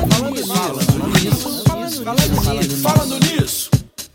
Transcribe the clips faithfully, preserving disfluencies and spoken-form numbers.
Falando nisso.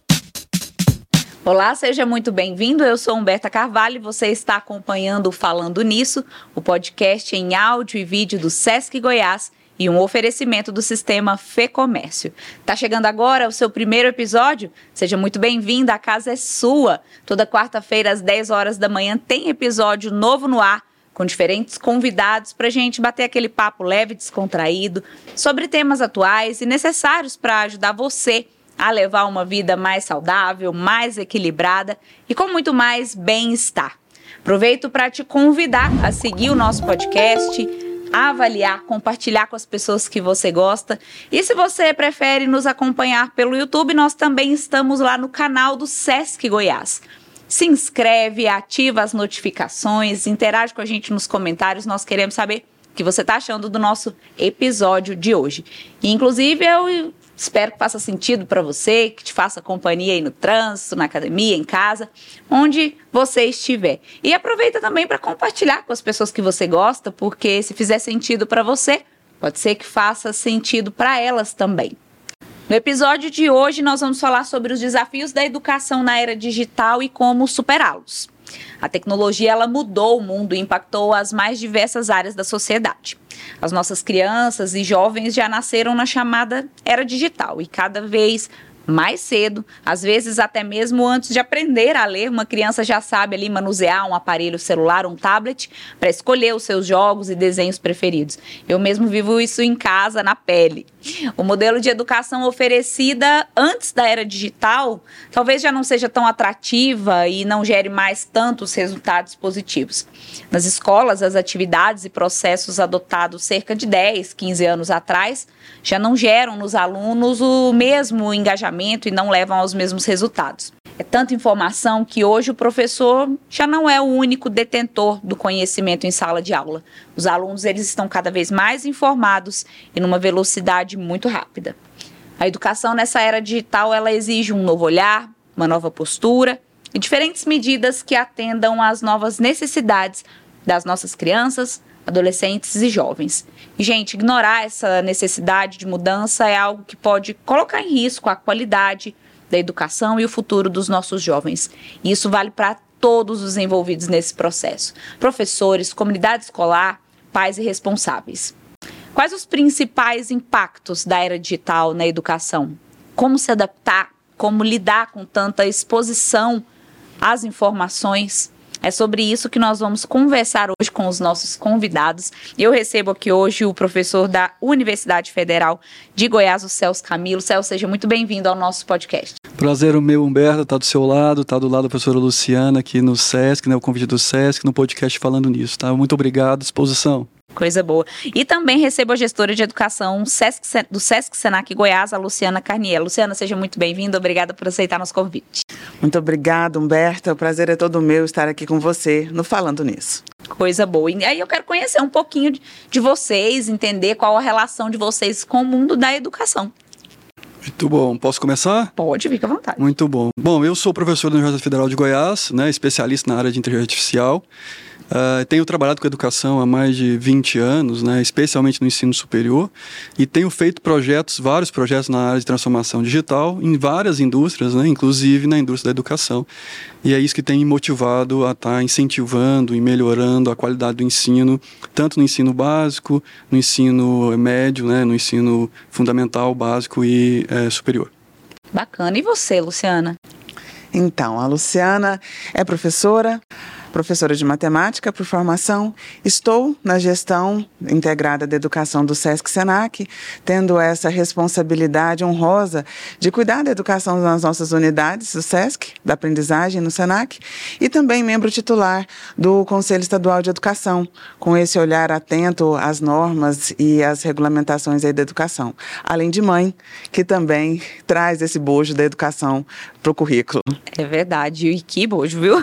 Olá, seja muito bem-vindo. Eu sou Humberta Carvalho e você está acompanhando o Falando Nisso, o podcast em áudio e vídeo do Sesc Goiás e um oferecimento do sistema FEComércio. Tá chegando agora o seu primeiro episódio? Seja muito bem-vindo, a casa é sua. Toda quarta-feira às dez horas da manhã tem episódio novo no ar, com diferentes convidados para a gente bater aquele papo leve e descontraído sobre temas atuais e necessários para ajudar você a levar uma vida mais saudável, mais equilibrada e com muito mais bem-estar. Aproveito para te convidar a seguir o nosso podcast, a avaliar, compartilhar com as pessoas que você gosta. E se você prefere nos acompanhar pelo YouTube, nós também estamos lá no canal do Sesc Goiás. Se inscreve, ativa as notificações, interage com a gente nos comentários, nós queremos saber o que você está achando do nosso episódio de hoje. E, inclusive, eu espero que faça sentido para você, que te faça companhia aí no trânsito, na academia, em casa, onde você estiver. E aproveita também para compartilhar com as pessoas que você gosta, porque se fizer sentido para você, pode ser que faça sentido para elas também. No episódio de hoje, nós vamos falar sobre os desafios da educação na era digital e como superá-los. A tecnologia ela mudou o mundo e impactou as mais diversas áreas da sociedade. As nossas crianças e jovens já nasceram na chamada era digital e cada vez mais cedo, às vezes até mesmo antes de aprender a ler, uma criança já sabe ali manusear um aparelho celular, um tablet, para escolher os seus jogos e desenhos preferidos. Eu mesmo vivo isso em casa, na pele. O modelo de educação oferecida antes da era digital talvez já não seja tão atrativa e não gere mais tantos resultados positivos. Nas escolas, as atividades e processos adotados cerca de dez, quinze anos atrás já não geram nos alunos o mesmo engajamento e não levam aos mesmos resultados. É tanta informação que hoje o professor já não é o único detentor do conhecimento em sala de aula. Os alunos eles estão cada vez mais informados e numa velocidade muito rápida. A educação nessa era digital ela exige um novo olhar, uma nova postura e diferentes medidas que atendam às novas necessidades das nossas crianças, adolescentes e jovens. E, gente, ignorar essa necessidade de mudança é algo que pode colocar em risco a qualidade da educação e o futuro dos nossos jovens. E isso vale para todos os envolvidos nesse processo. Professores, comunidade escolar, pais e responsáveis. Quais os principais impactos da era digital na educação? Como se adaptar? Como lidar com tanta exposição às informações? É sobre isso que nós vamos conversar hoje com os nossos convidados. Eu recebo aqui hoje o professor da Universidade Federal de Goiás, o Celso Camilo. Celso, seja muito bem-vindo ao nosso podcast. Prazer o meu, Humberto, estar do seu lado, estar do lado da professora Luciana aqui no Sesc, né, o convite do Sesc, no podcast Falando Nisso. Tá? Muito obrigado, disposição. Coisa boa. E também recebo a gestora de educação Sesc, do Sesc Senac Goiás, a Luciana Carniel. Luciana, seja muito bem-vinda, obrigada por aceitar nosso convite. Muito obrigada, Humberta. O prazer é todo meu estar aqui com você no Falando Nisso. Coisa boa. E aí eu quero conhecer um pouquinho de, de vocês, entender qual a relação de vocês com o mundo da educação. Muito bom. Posso começar? Pode, fica à vontade. Muito bom. Bom, eu sou professor da Universidade Federal de Goiás, né, especialista na área de inteligência artificial. Uh, tenho trabalhado com educação há mais de vinte anos, né, especialmente no ensino superior, e tenho feito projetos, vários projetos na área de transformação digital em várias indústrias, né, inclusive na indústria da educação. E é isso que tem me motivado a estar incentivando e melhorando a qualidade do ensino, tanto no ensino básico, no ensino médio, né, no ensino fundamental, básico e é, superior. Bacana. E você, Luciana? Então, a Luciana é professora, professora de matemática por formação. Estou na gestão integrada da educação do Sesc Senac, tendo essa responsabilidade honrosa de cuidar da educação nas nossas unidades do Sesc, da aprendizagem no Senac, e também membro titular do Conselho Estadual de Educação, com esse olhar atento às normas e às regulamentações aí da educação. Além de mãe, que também traz esse bojo da educação para o currículo. É verdade, e que bojo, viu?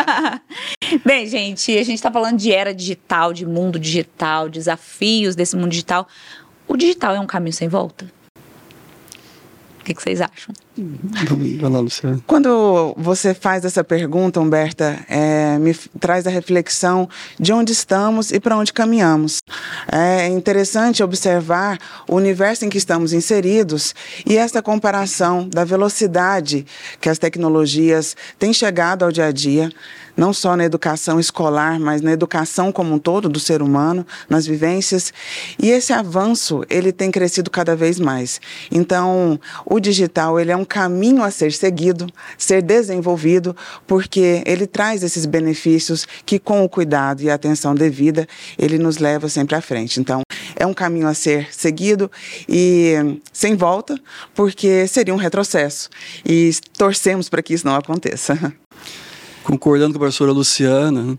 Bem, gente, a gente está falando de era digital, de mundo digital, desafios desse mundo digital. O digital é um caminho sem volta? O que, que vocês acham? Vai lá, Luciana. Quando você faz essa pergunta, Humberta, é, me traz a reflexão de onde estamos e para onde caminhamos. É interessante observar o universo em que estamos inseridos e essa comparação da velocidade que as tecnologias têm chegado ao dia a dia, não só na educação escolar, mas na educação como um todo do ser humano, nas vivências. E esse avanço, ele tem crescido cada vez mais. Então, o digital, ele é um caminho a ser seguido, ser desenvolvido, porque ele traz esses benefícios que, com o cuidado e a atenção devida, ele nos leva sempre à frente. Então, é um caminho a ser seguido e sem volta, porque seria um retrocesso. E torcemos para que isso não aconteça. Concordando com a professora Luciana,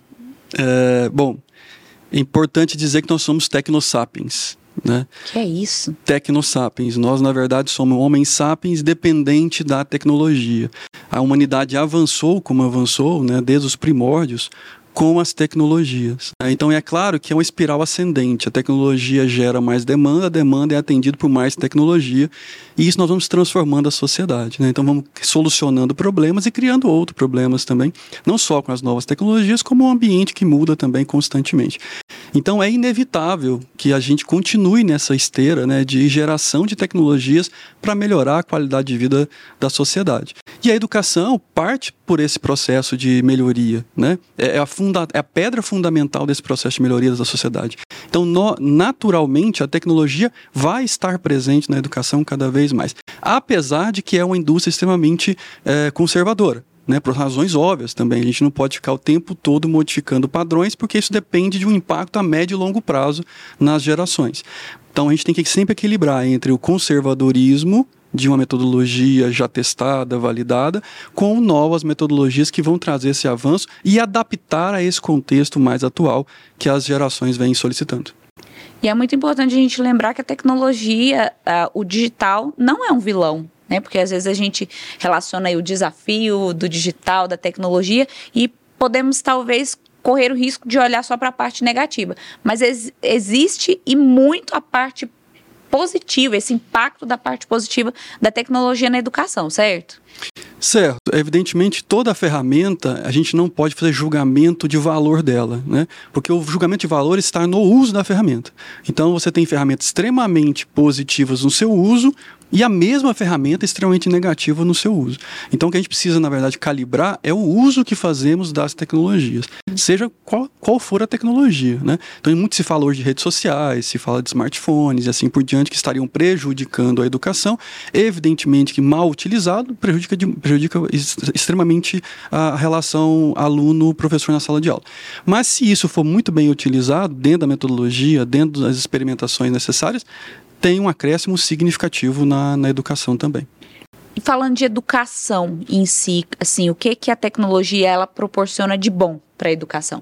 é, bom, é importante dizer que nós somos tecnosapiens, né? Que é isso? Tecnosapiens. Nós, na verdade, somos homens sapiens dependente da tecnologia. A humanidade avançou como avançou, né, desde os primórdios, com as tecnologias. Então, é claro que é uma espiral ascendente. A tecnologia gera mais demanda, a demanda é atendida por mais tecnologia, e isso nós vamos transformando a sociedade, né? Então, vamos solucionando problemas e criando outros problemas também, não só com as novas tecnologias, como um ambiente que muda também constantemente. Então, é inevitável que a gente continue nessa esteira, né, de geração de tecnologias para melhorar a qualidade de vida da sociedade. E a educação parte por esse processo de melhoria, né? É a, funda- é a pedra fundamental desse processo de melhoria da sociedade. Então, no, naturalmente, a tecnologia vai estar presente na educação cada vez mais, apesar de que é uma indústria extremamente é, conservadora, né, por razões óbvias também. A gente não pode ficar o tempo todo modificando padrões, porque isso depende de um impacto a médio e longo prazo nas gerações. Então, a gente tem que sempre equilibrar entre o conservadorismo de uma metodologia já testada, validada, com novas metodologias que vão trazer esse avanço e adaptar a esse contexto mais atual que as gerações vêm solicitando. E é muito importante a gente lembrar que a tecnologia, uh, o digital, não é um vilão, né? Porque às vezes a gente relaciona aí o desafio do digital, da tecnologia, e podemos talvez correr o risco de olhar só para a parte negativa. Mas ex- existe e muito a parte positiva, esse impacto da parte positiva da tecnologia na educação, certo? Certo. Evidentemente, toda a ferramenta, a gente não pode fazer julgamento de valor dela, né? Porque o julgamento de valor está no uso da ferramenta. Então, você tem ferramentas extremamente positivas no seu uso e a mesma ferramenta extremamente negativa no seu uso. Então, o que a gente precisa, na verdade, calibrar é o uso que fazemos das tecnologias, seja qual, qual for a tecnologia, né? Então, muito se fala hoje de redes sociais, se fala de smartphones e assim por diante, que estariam prejudicando a educação. Evidentemente que mal utilizado prejudica, de, prejudica extremamente a relação aluno-professor na sala de aula. Mas se isso for muito bem utilizado dentro da metodologia, dentro das experimentações necessárias, tem um acréscimo significativo na, na educação também. E falando de educação em si, assim, o que, que a tecnologia ela proporciona de bom para a educação?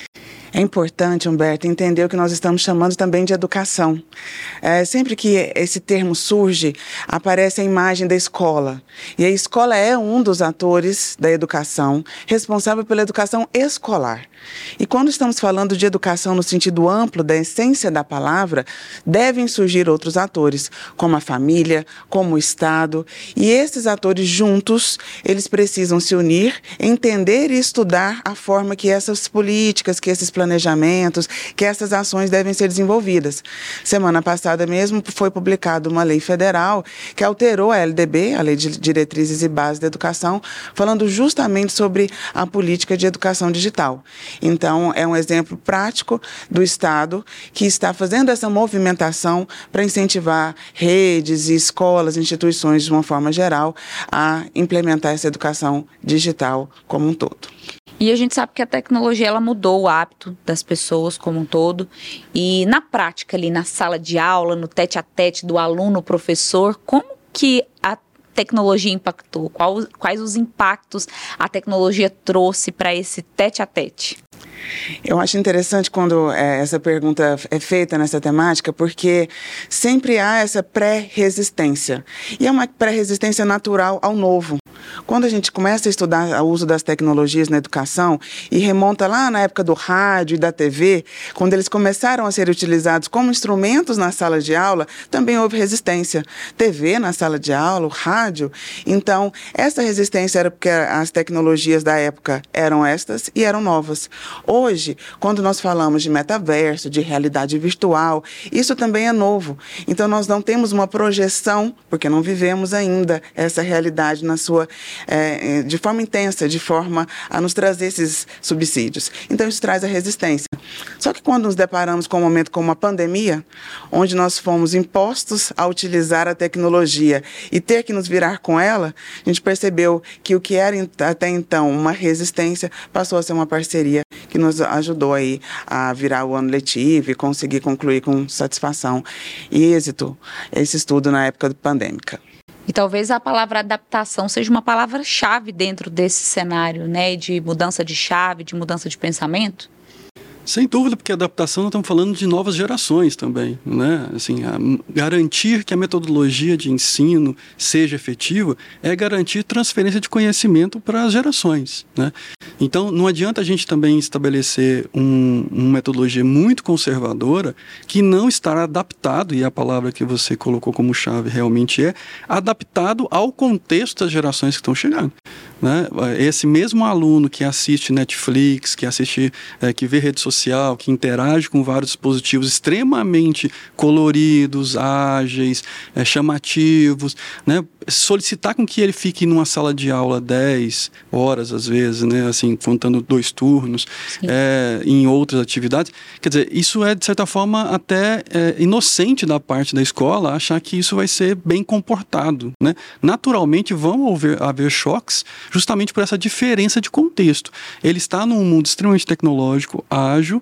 É importante, Humberto, entender o que nós estamos chamando também de educação. É, sempre que esse termo surge, aparece a imagem da escola. E a escola é um dos atores da educação, responsável pela educação escolar. E quando estamos falando de educação no sentido amplo da essência da palavra, devem surgir outros atores, como a família, como o Estado. E esses atores juntos, eles precisam se unir, entender e estudar a forma que essas políticas, que esses planejamentos, que essas ações devem ser desenvolvidas. Semana passada mesmo foi publicada uma lei federal que alterou a L D B, a Lei de Diretrizes e Bases da Educação, falando justamente sobre a política de educação digital. Então, é um exemplo prático do Estado que está fazendo essa movimentação para incentivar redes e escolas, instituições de uma forma geral a implementar essa educação digital como um todo. E a gente sabe que a tecnologia ela mudou o hábito das pessoas como um todo. E na prática, ali na sala de aula, no tete-a-tete do aluno-professor, como que a tecnologia impactou? Qual, quais os impactos a tecnologia trouxe para esse tete-a-tete? Eu acho interessante quando é, essa pergunta é feita nessa temática, porque sempre há essa pré-resistência. E é uma pré-resistência natural ao novo. quando a gente começa a estudar o uso das tecnologias na educação e remonta lá na época do rádio e da T V, quando eles começaram a ser utilizados como instrumentos na sala de aula, também houve resistência. T V na sala de aula, o rádio. Então, essa resistência era porque as tecnologias da época eram estas e eram novas. Hoje, quando nós falamos de metaverso, de realidade virtual, isso também é novo. Então, nós não temos uma projeção, porque não vivemos ainda essa realidade na sua, é, de forma intensa, de forma a nos trazer esses subsídios. Então, isso traz a resistência. Só que quando nos deparamos com um momento como a pandemia, onde nós fomos impostos a utilizar a tecnologia e ter que nos virar com ela, a gente percebeu que o que era até então uma resistência passou a ser uma parceria que nos ajudou aí a virar o ano letivo e conseguir concluir com satisfação e êxito esse estudo na época pandêmica. E talvez a palavra adaptação seja uma palavra-chave dentro desse cenário, né, de mudança de chave, de mudança de pensamento? Sem dúvida, porque a adaptação, nós estamos falando de novas gerações também, né? Assim, a, garantir que a metodologia de ensino seja efetiva é garantir transferência de conhecimento para as gerações, né? Então, não adianta a gente também estabelecer um, uma metodologia muito conservadora que não estará adaptado, e a palavra que você colocou como chave realmente é, adaptado ao contexto das gerações que estão chegando, né? Esse mesmo aluno que assiste Netflix, que assiste, é, que vê rede social, que interage com vários dispositivos extremamente coloridos, ágeis, é, chamativos, né? Solicitar com que ele fique numa sala de aula dez horas, às vezes, né? Assim, contando dois turnos, é, em outras atividades. Quer dizer, isso é, de certa forma, até é, inocente da parte da escola achar que isso vai ser bem comportado, né? Naturalmente, vão haver, haver choques justamente por essa diferença de contexto. Ele está num mundo extremamente tecnológico, ágil,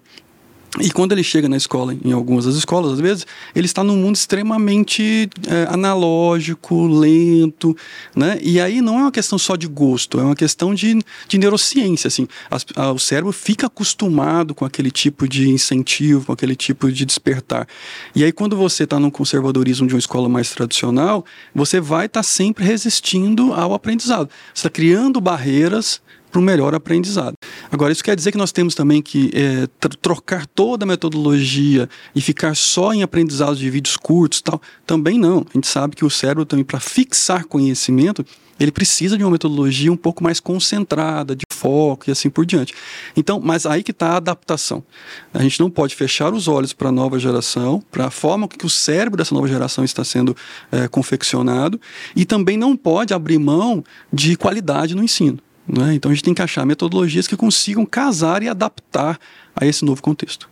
e quando ele chega na escola, em algumas das escolas, às vezes, ele está num mundo extremamente é, analógico, lento, né? E aí não é uma questão só de gosto, é uma questão de, de neurociência, assim. As, a, o cérebro fica acostumado com aquele tipo de incentivo, com aquele tipo de despertar. E aí quando você está num conservadorismo de uma escola mais tradicional, você vai estar sempre resistindo ao aprendizado. Você está criando barreiras para um melhor aprendizado. Agora, isso quer dizer que nós temos também que é, tr- trocar toda a metodologia e ficar só em aprendizados de vídeos curtos, tal? Também não. A gente sabe que o cérebro também, para fixar conhecimento, ele precisa de uma metodologia um pouco mais concentrada, de foco e assim por diante. Então, mas aí que está a adaptação. A gente não pode fechar os olhos para a nova geração, para a forma que o cérebro dessa nova geração está sendo é, confeccionado, e também não pode abrir mão de qualidade no ensino. Né? Então a gente tem que achar metodologias que consigam casar e adaptar a esse novo contexto.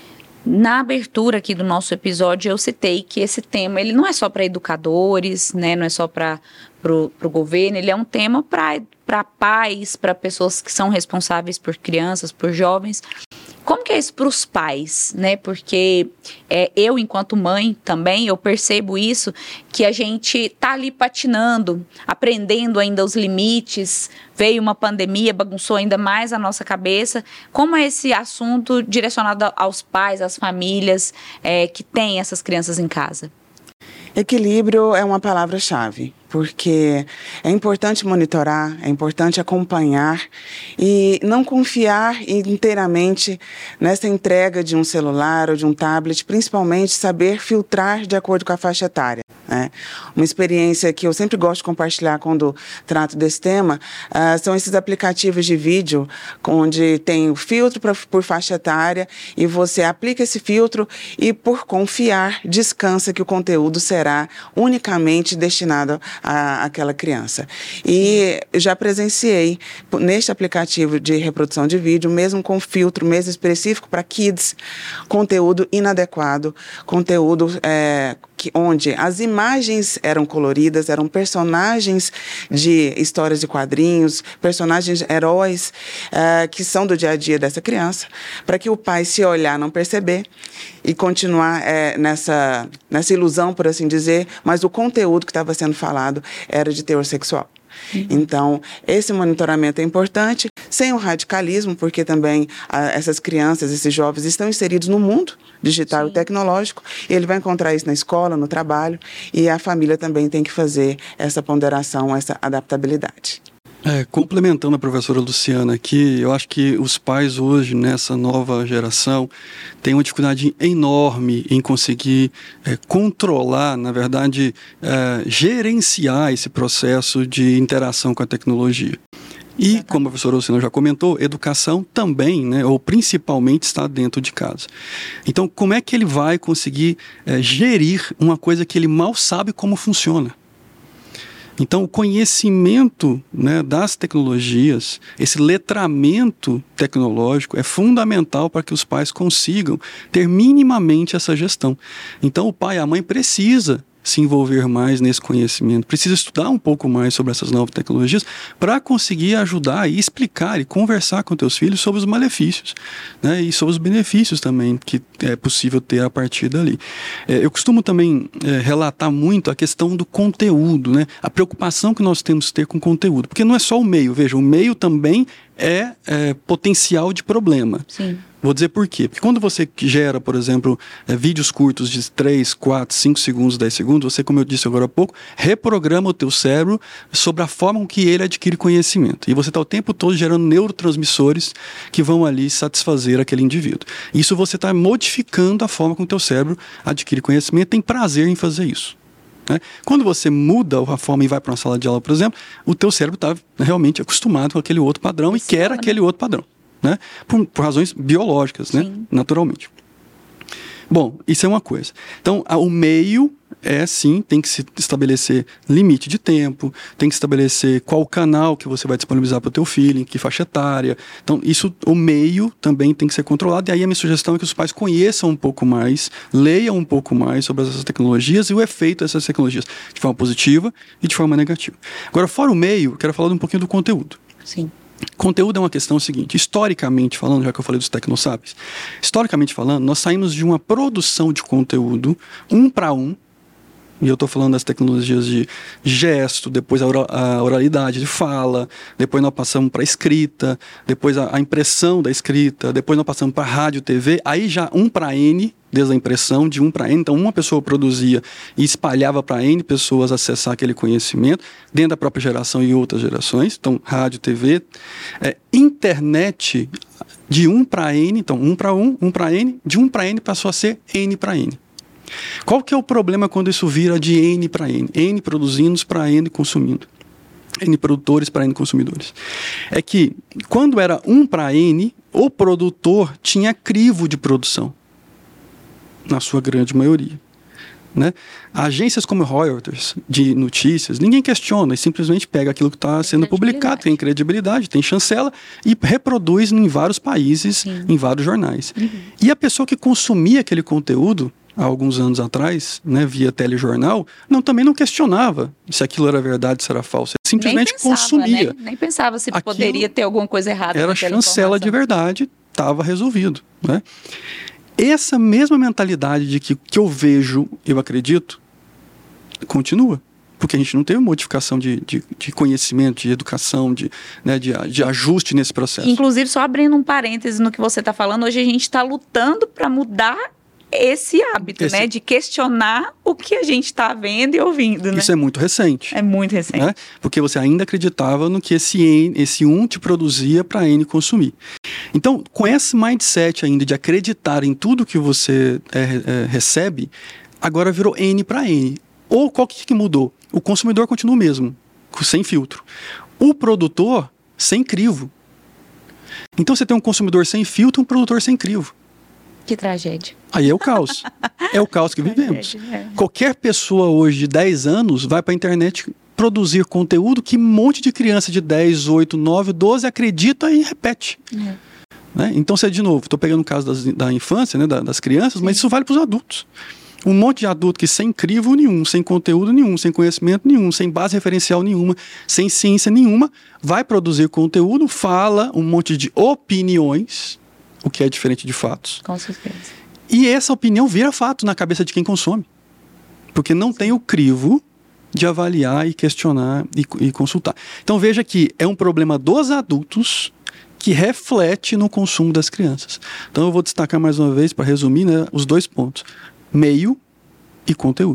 Na abertura aqui do nosso episódio, eu citei que esse tema ele não é só para educadores, né? Não é só para o governo, ele é um tema para pais, para pessoas que são responsáveis por crianças, por jovens. Como que é isso para os pais, né? Porque é, eu, enquanto mãe também, eu percebo isso, que a gente está ali patinando, aprendendo ainda os limites, veio uma pandemia, bagunçou ainda mais a nossa cabeça. Como é esse assunto direcionado aos pais, às famílias é, que têm essas crianças em casa? Equilíbrio é uma palavra-chave, porque é importante monitorar, é importante acompanhar e não confiar inteiramente nessa entrega de um celular ou de um tablet, principalmente saber filtrar de acordo com a faixa etária, né? Uma experiência que eu sempre gosto de compartilhar quando trato desse tema uh, são esses aplicativos de vídeo onde tem o filtro pra, por faixa etária e você aplica esse filtro e, por confiar, descansa que o conteúdo será unicamente destinado a, àquela criança. E já presenciei neste aplicativo de reprodução de vídeo, mesmo com filtro mesmo específico para kids, conteúdo inadequado, conteúdo é, que, onde as imagens eram coloridas, eram personagens de histórias de quadrinhos, personagens heróis é, que são do dia a dia dessa criança, para que o pai, se olhar, não perceber e continuar é, nessa, nessa ilusão, por assim dizer, mas o conteúdo que estava sendo falado era de teor sexual. Uhum. Então, esse monitoramento é importante, sem o radicalismo, porque também ah, essas crianças, esses jovens estão inseridos no mundo digital Sim. e tecnológico, e ele vai encontrar isso na escola, no trabalho, e a família também tem que fazer essa ponderação, essa adaptabilidade. É, complementando a professora Luciana aqui, eu acho que os pais hoje, nessa nova geração, têm uma dificuldade enorme em conseguir é, controlar, na verdade, é, gerenciar esse processo de interação com a tecnologia. E, como a professora Luciana já comentou, educação também, né, ou principalmente, está dentro de casa. Então, como é que ele vai conseguir é, gerir uma coisa que ele mal sabe como funciona? Então, o conhecimento, né, das tecnologias, esse letramento tecnológico é fundamental para que os pais consigam ter minimamente essa gestão. Então, o pai e a mãe precisam se envolver mais nesse conhecimento, precisa estudar um pouco mais sobre essas novas tecnologias para conseguir ajudar e explicar e conversar com teus filhos sobre os malefícios, né, e sobre os benefícios também que é possível ter a partir dali. É, eu costumo também é, relatar muito a questão do conteúdo, né, a preocupação que nós temos que ter com o conteúdo, porque não é só o meio, veja, o meio também é, é potencial de problema. Sim. Vou dizer por quê. Porque quando você gera, por exemplo, é, vídeos curtos de três, quatro, cinco segundos, dez segundos, você, como eu disse agora há pouco, reprograma o teu cérebro sobre a forma com que ele adquire conhecimento. E você está o tempo todo gerando neurotransmissores que vão ali satisfazer aquele indivíduo. Isso você está modificando a forma com que o teu cérebro adquire conhecimento, tem prazer em fazer isso. Né? Quando você muda a forma e vai para uma sala de aula, por exemplo, o teu cérebro está realmente acostumado com aquele outro padrão e quer aquele outro padrão. Né? Por, por razões biológicas, né? Naturalmente. Bom, isso é uma coisa. Então, a, o meio é sim, tem que se estabelecer limite de tempo, tem que estabelecer qual canal que você vai disponibilizar para o teu filho, em que faixa etária. Então, isso, o meio também tem que ser controlado. E aí a minha sugestão é que os pais conheçam um pouco mais, leiam um pouco mais sobre essas tecnologias e o efeito dessas tecnologias, de forma positiva e de forma negativa. Agora, fora o meio, quero falar um pouquinho do conteúdo. Sim. Conteúdo é uma questão seguinte, historicamente falando, já que eu falei dos tecnosapiens, historicamente falando, nós saímos de uma produção de conteúdo um para um, e eu estou falando das tecnologias de gesto, depois a, oral, a oralidade de fala, depois nós passamos para a escrita, depois a, a impressão da escrita, depois nós passamos para rádio, T V, aí já um para N, desde a impressão, de um para N. Então, uma pessoa produzia e espalhava para N pessoas acessar aquele conhecimento, dentro da própria geração e outras gerações. Então, rádio, T V. É, internet, de um para N, então, um para um, um para N, de um para N passou a ser N para N. Qual que é o problema quando isso vira de N para N? N produzindo para N consumindo. N produtores para N consumidores. É que, quando era um para N, o produtor tinha crivo de produção. Na sua grande maioria. Né? Agências como Reuters, de notícias, ninguém questiona, e simplesmente pega aquilo que está sendo publicado, tem credibilidade, tem chancela, e reproduz em vários países, Sim. em vários jornais. Uhum. E a pessoa que consumia aquele conteúdo, há alguns anos atrás, né, via telejornal, não, também não questionava se aquilo era verdade, se era falso. Ele simplesmente Nem pensava, consumia. Né? Nem pensava se aquilo poderia ter alguma coisa errada. Era chancela de verdade, estava resolvido. Né? Essa mesma mentalidade de que, que eu vejo, eu acredito, continua. Porque a gente não teve modificação de, de, de conhecimento, de educação, de, né, de, de ajuste nesse processo. Inclusive, só abrindo um parêntese no que você está falando, hoje a gente está lutando para mudar esse hábito, esse... né, de questionar o que a gente está vendo e ouvindo. Né? Isso é muito recente. É muito recente. Né? Porque você ainda acreditava no que esse, N, esse um te produzia para N consumir. Então, com esse mindset ainda de acreditar em tudo que você é, é, recebe, agora virou N para N. Ou qual que, que mudou? O consumidor continua o mesmo, sem filtro. O produtor, sem crivo. Então, você tem um consumidor sem filtro e um produtor sem crivo. Que tragédia. Aí é o caos. É o caos que vivemos. É. Qualquer pessoa hoje de dez anos vai para a internet produzir conteúdo que um monte de criança de dez, oito, nove, doze acredita e repete. É. Né? Então, você, de novo, estou pegando o caso das, da infância, né, das crianças, Sim. mas isso vale para os adultos. Um monte de adulto que sem crivo nenhum, sem conteúdo nenhum, sem conhecimento nenhum, sem base referencial nenhuma, sem ciência nenhuma, vai produzir conteúdo, fala um monte de opiniões, o que é diferente de fatos. Com certeza. E essa opinião vira fato na cabeça de quem consome. Porque não tem o crivo de avaliar e questionar e, e consultar. Então veja que é um problema dos adultos que reflete no consumo das crianças. Então eu vou destacar mais uma vez, para resumir, né, os dois pontos. Meio e conteúdo.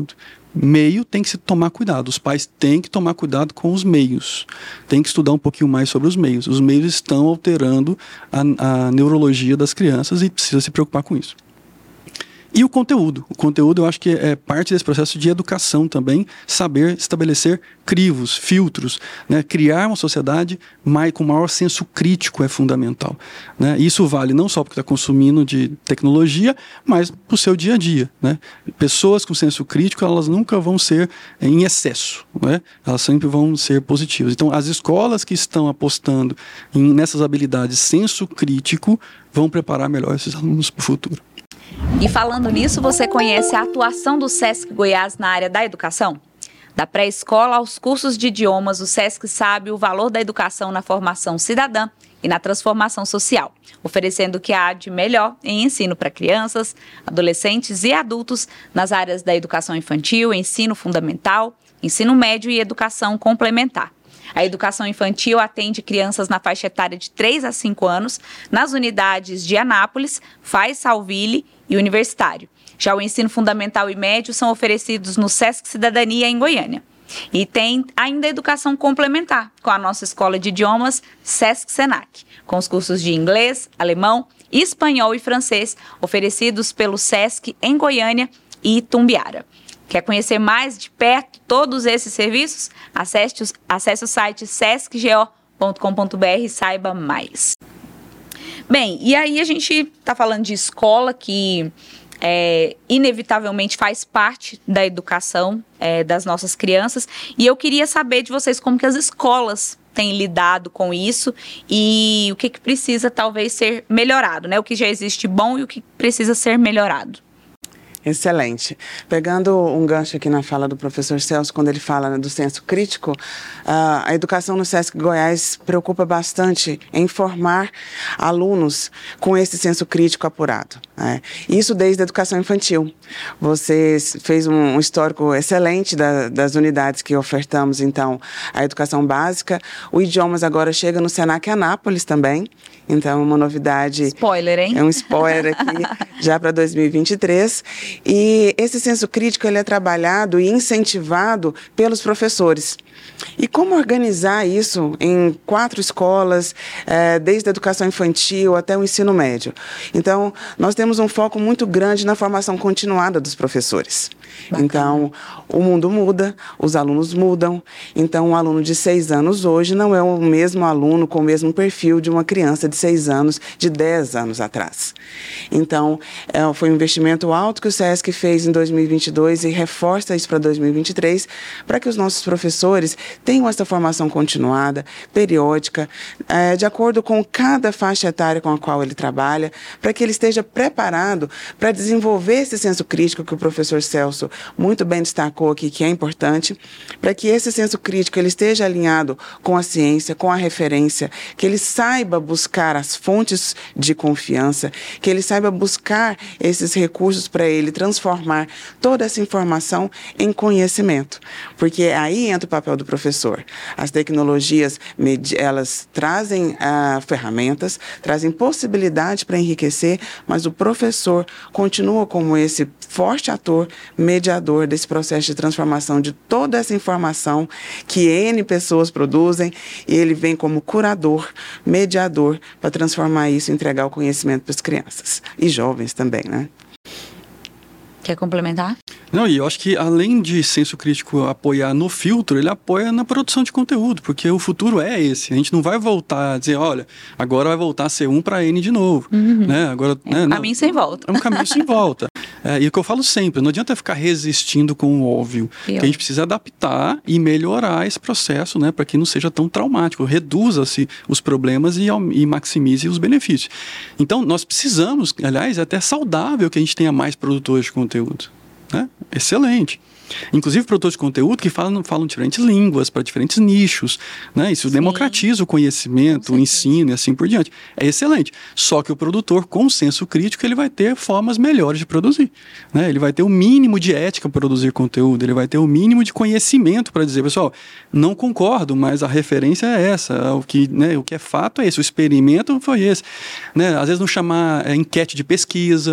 Meio tem que se tomar cuidado, os pais têm que tomar cuidado com os meios, tem que estudar um pouquinho mais sobre os meios. Os meios estão alterando a, a neurologia das crianças e precisa se preocupar com isso. E o conteúdo. O conteúdo eu acho que é parte desse processo de educação também, saber estabelecer crivos, filtros, né? Criar uma sociedade mais, com maior senso crítico é fundamental, né? Isso vale não só porque está consumindo de tecnologia, mas para o seu dia a dia, né? Pessoas com senso crítico, elas nunca vão ser em excesso, né? Elas sempre vão ser positivas. Então, as escolas que estão apostando em, nessas habilidades senso crítico vão preparar melhor esses alunos para o futuro. E falando nisso, você conhece a atuação do SESC Goiás na área da educação? Da pré-escola aos cursos de idiomas, o SESC sabe o valor da educação na formação cidadã e na transformação social, oferecendo o que há de melhor em ensino para crianças, adolescentes e adultos nas áreas da educação infantil, ensino fundamental, ensino médio e educação complementar. A educação infantil atende crianças na faixa etária de três a cinco anos, nas unidades de Anápolis, Faz Salville e Universitário. Já o ensino fundamental e médio são oferecidos no SESC Cidadania, em Goiânia. E tem ainda a educação complementar, com a nossa escola de idiomas SESC Senac, com os cursos de inglês, alemão, espanhol e francês, oferecidos pelo SESC em Goiânia e Itumbiara. Quer conhecer mais de perto todos esses serviços? Acesse, os, acesse o site sesc go ponto com ponto br e saiba mais. Bem, e aí a gente está falando de escola que é, inevitavelmente faz parte da educação é, das nossas crianças. E eu queria saber de vocês como que as escolas têm lidado com isso e o que, que precisa talvez ser melhorado, né? O que já existe bom e o que precisa ser melhorado. Excelente. Pegando um gancho aqui na fala do professor Celso, quando ele fala, né, do senso crítico, uh, a educação no SESC Goiás preocupa bastante em formar alunos com esse senso crítico apurado, né? Isso desde a educação infantil. Você fez um histórico excelente da, das unidades que ofertamos, então, a educação básica. O Idiomas agora chega no Senac Anápolis também. Então, uma novidade... Spoiler, hein? É um spoiler aqui, já para dois mil e vinte e três. E esse senso crítico, ele é trabalhado e incentivado pelos professores. E como organizar isso em quatro escolas, é, desde a educação infantil até o ensino médio? Então, nós temos um foco muito grande na formação continuada dos professores. Bacana. Então, o mundo muda, os alunos mudam. Então, um aluno de seis anos hoje não é o mesmo aluno com o mesmo perfil de uma criança de seis anos, de dez anos atrás. Então, é, foi um investimento alto que o SESC fez em dois mil e vinte e dois e reforça isso para dois mil e vinte e três, para que os nossos professores tenham essa formação continuada, periódica, é, de acordo com cada faixa etária com a qual ele trabalha, para que ele esteja preparado para desenvolver esse senso crítico que o professor Celso muito bem destacou aqui, que é importante, para que esse senso crítico ele esteja alinhado com a ciência, com a referência, que ele saiba buscar as fontes de confiança, que ele saiba buscar esses recursos para ele transformar toda essa informação em conhecimento, porque aí entra o papel do professor. As tecnologias, elas trazem ah, ferramentas, trazem possibilidade para enriquecer, mas o professor continua como esse forte ator, mediador desse processo de transformação de toda essa informação que N pessoas produzem, e ele vem como curador, mediador, para transformar isso e entregar o conhecimento para as crianças e jovens também, né? Quer complementar? Não, e eu acho que além de senso crítico apoiar no filtro, ele apoia na produção de conteúdo, porque o futuro é esse. A gente não vai voltar a dizer, olha, agora vai voltar a ser um para N de novo. Uhum. Né? Agora, é né, um não, caminho sem volta. É um caminho sem volta. É, e o que eu falo sempre, não adianta ficar resistindo com o óbvio, que a gente precisa adaptar e melhorar esse processo, né, para que não seja tão traumático, reduza-se os problemas e, e maximize os benefícios. Então, nós precisamos, aliás, é até saudável que a gente tenha mais produtores de conteúdo. Né? Excelente. Inclusive produtores de conteúdo que falam, falam diferentes línguas para diferentes nichos, né? Isso Sim. democratiza o conhecimento, o ensino e assim por diante. É excelente. Só que o produtor, com senso crítico, ele vai ter formas melhores de produzir, né? Ele vai ter o mínimo de ética para produzir conteúdo, ele vai ter o mínimo de conhecimento para dizer, pessoal, não concordo, mas a referência é essa, o que, né, o que é fato é esse, o experimento foi esse, né? Às vezes não chamar é, enquete de pesquisa,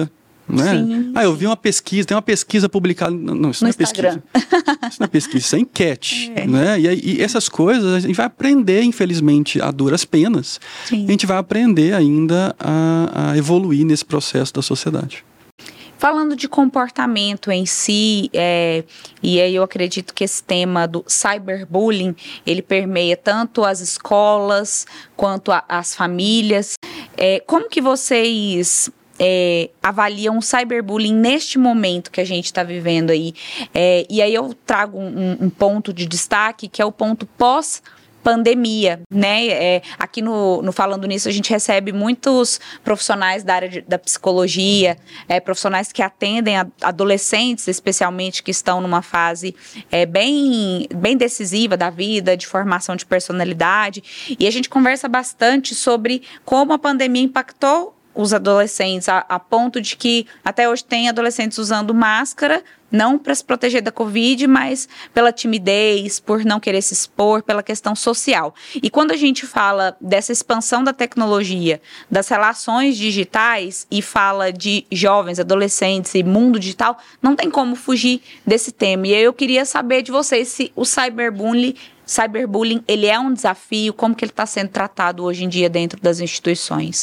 Né? Sim, ah, eu vi uma pesquisa, tem uma pesquisa publicada. Não, isso no não é Instagram. pesquisa. Isso não é pesquisa, isso é enquete. É. Né? E, e essas coisas a gente vai aprender, infelizmente, a duras penas. Sim. A gente vai aprender ainda a, a evoluir nesse processo da sociedade. Falando de comportamento em si, é, e aí eu acredito que esse tema do cyberbullying, ele permeia tanto as escolas quanto a, as famílias. É, como que vocês é, avaliam o cyberbullying neste momento que a gente está vivendo aí? É, e aí eu trago um, um ponto de destaque, que é o ponto pós pandemia, né? É, aqui no, no Falando Nisso a gente recebe muitos profissionais da área de, da psicologia, é, profissionais que atendem a, adolescentes, especialmente, que estão numa fase é, bem, bem decisiva da vida, de formação de personalidade, e a gente conversa bastante sobre como a pandemia impactou os adolescentes, a, a ponto de que até hoje tem adolescentes usando máscara, não para se proteger da Covid, mas pela timidez, por não querer se expor, pela questão social. E quando a gente fala dessa expansão da tecnologia, das relações digitais, e fala de jovens, adolescentes e mundo digital, não tem como fugir desse tema. E aí eu queria saber de vocês se o cyberbullying, cyberbullying ele é um desafio, como que ele está sendo tratado hoje em dia dentro das instituições.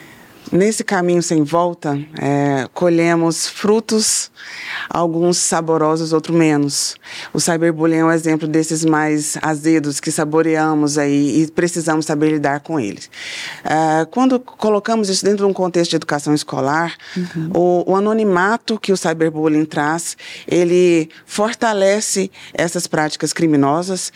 Nesse caminho sem volta, é, colhemos frutos, alguns saborosos, outros menos. O cyberbullying é um exemplo desses mais azedos que saboreamos aí e precisamos saber lidar com eles. É, quando colocamos isso dentro de um contexto de educação escolar, uhum. o, o anonimato que o cyberbullying traz, ele fortalece essas práticas criminosas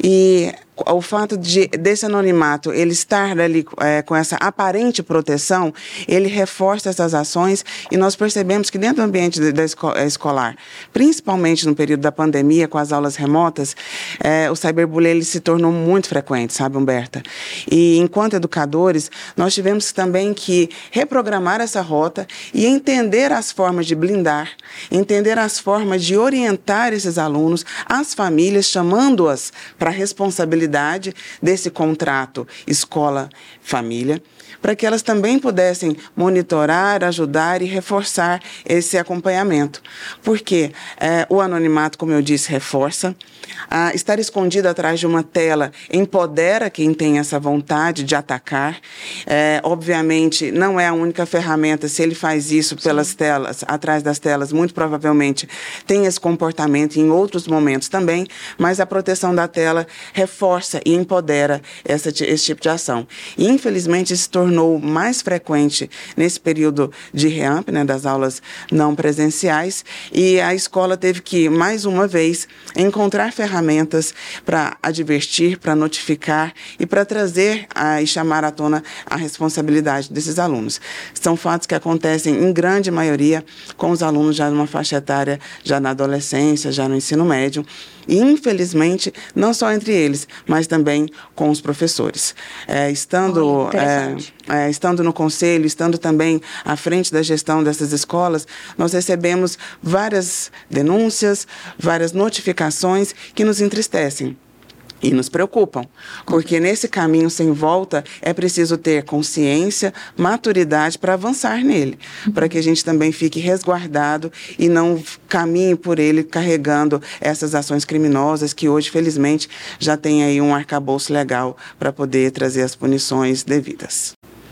e o fato de, desse anonimato, ele estar ali é, com essa aparente proteção, ele reforça essas ações e nós percebemos que dentro do ambiente de, da esco, escolar, principalmente no período da pandemia, com as aulas remotas, é, o cyberbullying ele se tornou muito frequente, sabe, Humberta? E enquanto educadores, nós tivemos também que reprogramar essa rota e entender as formas de blindar, entender as formas de orientar esses alunos, as famílias, chamando-as para a responsabilidade desse contrato escola-família, para que elas também pudessem monitorar, ajudar e reforçar esse acompanhamento. Porque é, o anonimato, como eu disse, reforça. Ah, estar escondido atrás de uma tela empodera quem tem essa vontade de atacar. É, obviamente, não é a única ferramenta. Se ele faz isso pelas Sim. telas, atrás das telas, muito provavelmente tem esse comportamento em outros momentos também, mas a proteção da tela reforça e empodera essa, esse tipo de ação. E, infelizmente, se tornou mais frequente nesse período de reamp, né, das aulas não presenciais, e a escola teve que, mais uma vez, encontrar ferramentas para advertir, para notificar e para trazer a, e chamar à tona a responsabilidade desses alunos. São fatos que acontecem, em grande maioria, com os alunos já numa faixa etária, já na adolescência, já no ensino médio, e, infelizmente, não só entre eles, mas também com os professores. É, estando, oh, é, é, estando no conselho, estando também à frente da gestão dessas escolas, nós recebemos várias denúncias, várias notificações que nos entristecem. E nos preocupam, porque nesse caminho sem volta é preciso ter consciência, maturidade para avançar nele, para que a gente também fique resguardado e não caminhe por ele carregando essas ações criminosas que hoje, felizmente, já tem aí um arcabouço legal para poder trazer as punições devidas.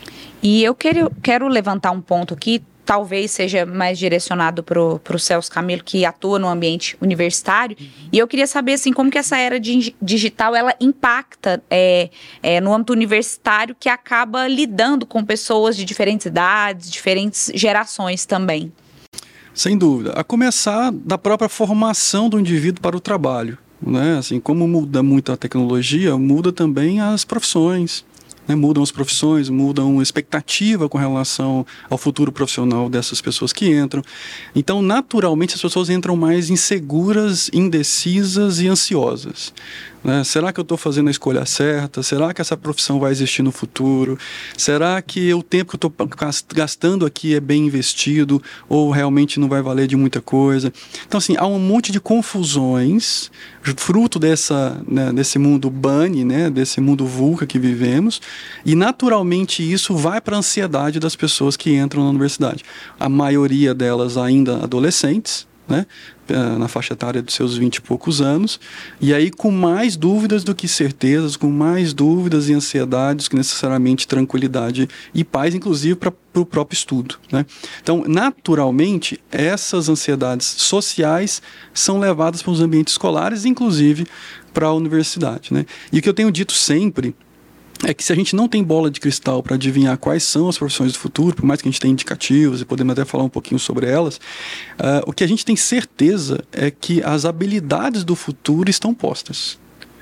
E eu quero, quero levantar um ponto aqui, talvez seja mais direcionado para o Celso Camilo, que atua no ambiente universitário, uhum. e eu queria saber, assim, como que essa era de, digital, ela impacta é, é, no âmbito universitário, que acaba lidando com pessoas de diferentes idades, diferentes gerações também. Sem dúvida. A começar da própria formação do indivíduo para o trabalho, né? Assim, como muda muito a tecnologia, muda também as profissões. Né, mudam as profissões, mudam a expectativa com relação ao futuro profissional dessas pessoas que entram. Então, naturalmente, as pessoas entram mais inseguras, indecisas e ansiosas. Né? Será que eu estou fazendo a escolha certa? Será que essa profissão vai existir no futuro? Será que o tempo que eu estou gastando aqui é bem investido ou realmente não vai valer de muita coisa? Então, assim, há um monte de confusões fruto dessa, né, desse mundo bunny, né, desse mundo VUCA que vivemos, e naturalmente isso vai para a ansiedade das pessoas que entram na universidade. A maioria delas ainda adolescentes, né, na faixa etária dos seus vinte e poucos anos, e aí com mais dúvidas do que certezas, com mais dúvidas e ansiedades que necessariamente tranquilidade e paz, inclusive para o próprio estudo, né? Então, naturalmente, essas ansiedades sociais são levadas para os ambientes escolares, inclusive para a universidade, né? E o que eu tenho dito sempre é que se a gente não tem bola de cristal para adivinhar quais são as profissões do futuro, por mais que a gente tenha indicativos e podemos até falar um pouquinho sobre elas, uh, o que a gente tem certeza é que as habilidades do futuro estão postas.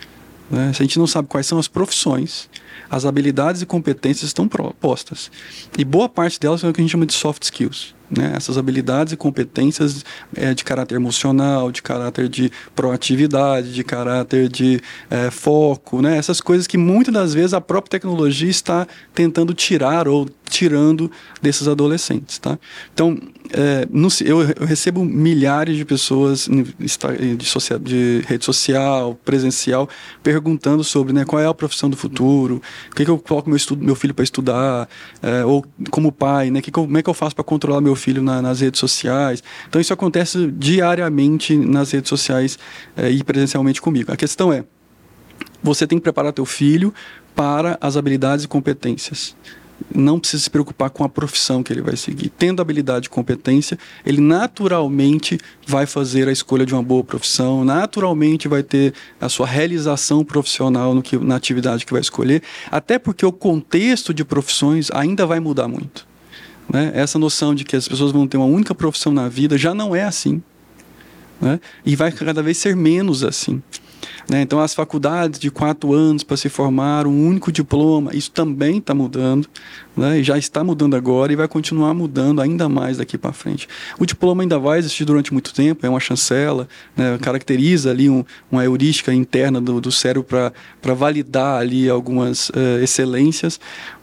Né? Se a gente não sabe quais são as profissões, as habilidades e competências estão postas. E boa parte delas são o que a gente chama de soft skills. Né? Essas habilidades e competências é, de caráter emocional, de caráter de proatividade, de caráter de é, foco, né? Essas coisas que muitas das vezes a própria tecnologia está tentando tirar ou tirando desses adolescentes. Tá? Então, é, no, eu, eu recebo milhares de pessoas de, social, de rede social, presencial, perguntando sobre, né, qual é a profissão do futuro, o que, que eu coloco meu, estudo, meu filho para estudar, é, ou como pai, né, que que eu, como é que eu faço para controlar meu filho na, nas redes sociais. Então isso acontece diariamente nas redes sociais é, e presencialmente comigo. A questão é, você tem que preparar teu filho para as habilidades e competências. Não precisa se preocupar com a profissão que ele vai seguir. Tendo habilidade e competência, ele naturalmente vai fazer a escolha de uma boa profissão, naturalmente vai ter a sua realização profissional no que, na atividade que vai escolher, até porque o contexto de profissões ainda vai mudar muito. Né? Essa noção de que as pessoas vão ter uma única profissão na vida já não é assim. Né? E vai cada vez ser menos assim. Né? Então, as faculdades de quatro anos para se formar um único diploma, isso também está mudando, né? E já está mudando agora e vai continuar mudando ainda mais daqui para frente. O diploma ainda vai existir durante muito tempo, é uma chancela, né? Caracteriza ali um, uma heurística interna do, do cérebro para validar ali algumas uh, excelências,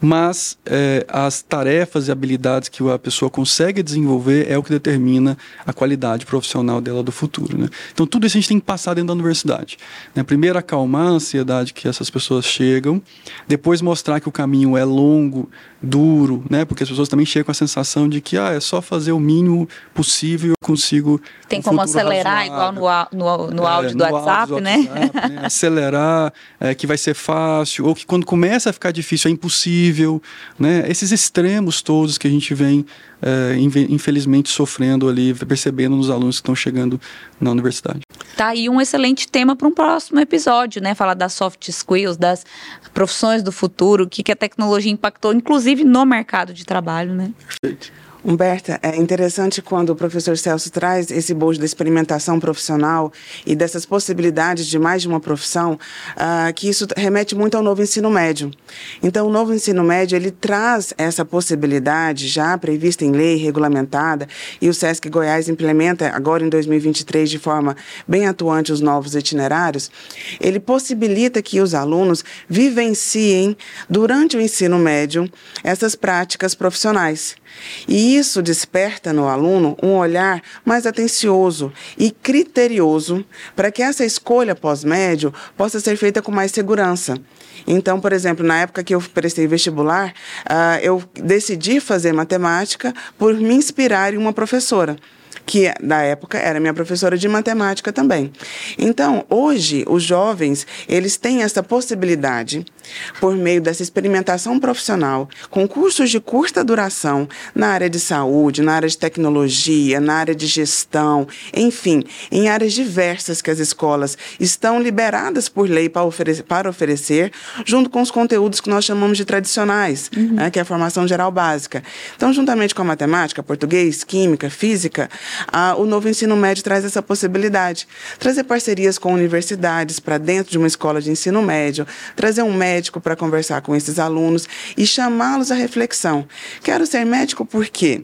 mas uh, as tarefas e habilidades que a pessoa consegue desenvolver é o que determina a qualidade profissional dela do futuro. Né? Então, tudo isso a gente tem que passar dentro da universidade. Né? Primeiro, acalmar a ansiedade que essas pessoas chegam, depois mostrar que o caminho é longo, duro, né? Porque as pessoas também chegam com a sensação de que ah, é só fazer o mínimo possível, eu consigo... Tem um como acelerar, razoável. Igual no, no, no áudio é, do no WhatsApp, áudio né? Do WhatsApp, né? Acelerar, é, que vai ser fácil, ou que quando começa a ficar difícil é impossível, né? Esses extremos todos que a gente vem, é, infelizmente, sofrendo ali, percebendo nos alunos que estão chegando na universidade. Tá aí um excelente tema para um próximo episódio, né? Falar das soft skills, das profissões do futuro, o que, que a tecnologia impactou, inclusive no mercado de trabalho, né? Perfeito. Humberta, é interessante quando o professor Celso traz esse bojo da experimentação profissional e dessas possibilidades de mais de uma profissão, uh, que isso remete muito ao novo ensino médio. Então, o novo ensino médio, ele traz essa possibilidade já prevista em lei, regulamentada, e o SESC Goiás implementa agora em dois mil e vinte e três de forma bem atuante os novos itinerários. Ele possibilita que os alunos vivenciem, durante o ensino médio, essas práticas profissionais. E isso desperta no aluno um olhar mais atencioso e criterioso para que essa escolha pós-médio possa ser feita com mais segurança. Então, por exemplo, na época que eu prestei vestibular, uh, eu decidi fazer matemática por me inspirar em uma professora, que na época era minha professora de matemática também. Então, hoje, os jovens, eles têm essa possibilidade, por meio dessa experimentação profissional, com cursos de curta duração, na área de saúde, na área de tecnologia, na área de gestão, enfim, em áreas diversas que as escolas estão liberadas por lei para oferecer, para oferecer junto com os conteúdos que nós chamamos de tradicionais, uhum. né, que é a formação geral básica. Então, juntamente com a matemática, português, química, física, Ah, o novo ensino médio traz essa possibilidade. Trazer parcerias com universidades para dentro de uma escola de ensino médio, trazer um médico para conversar com esses alunos e chamá-los à reflexão. Quero ser médico por quê?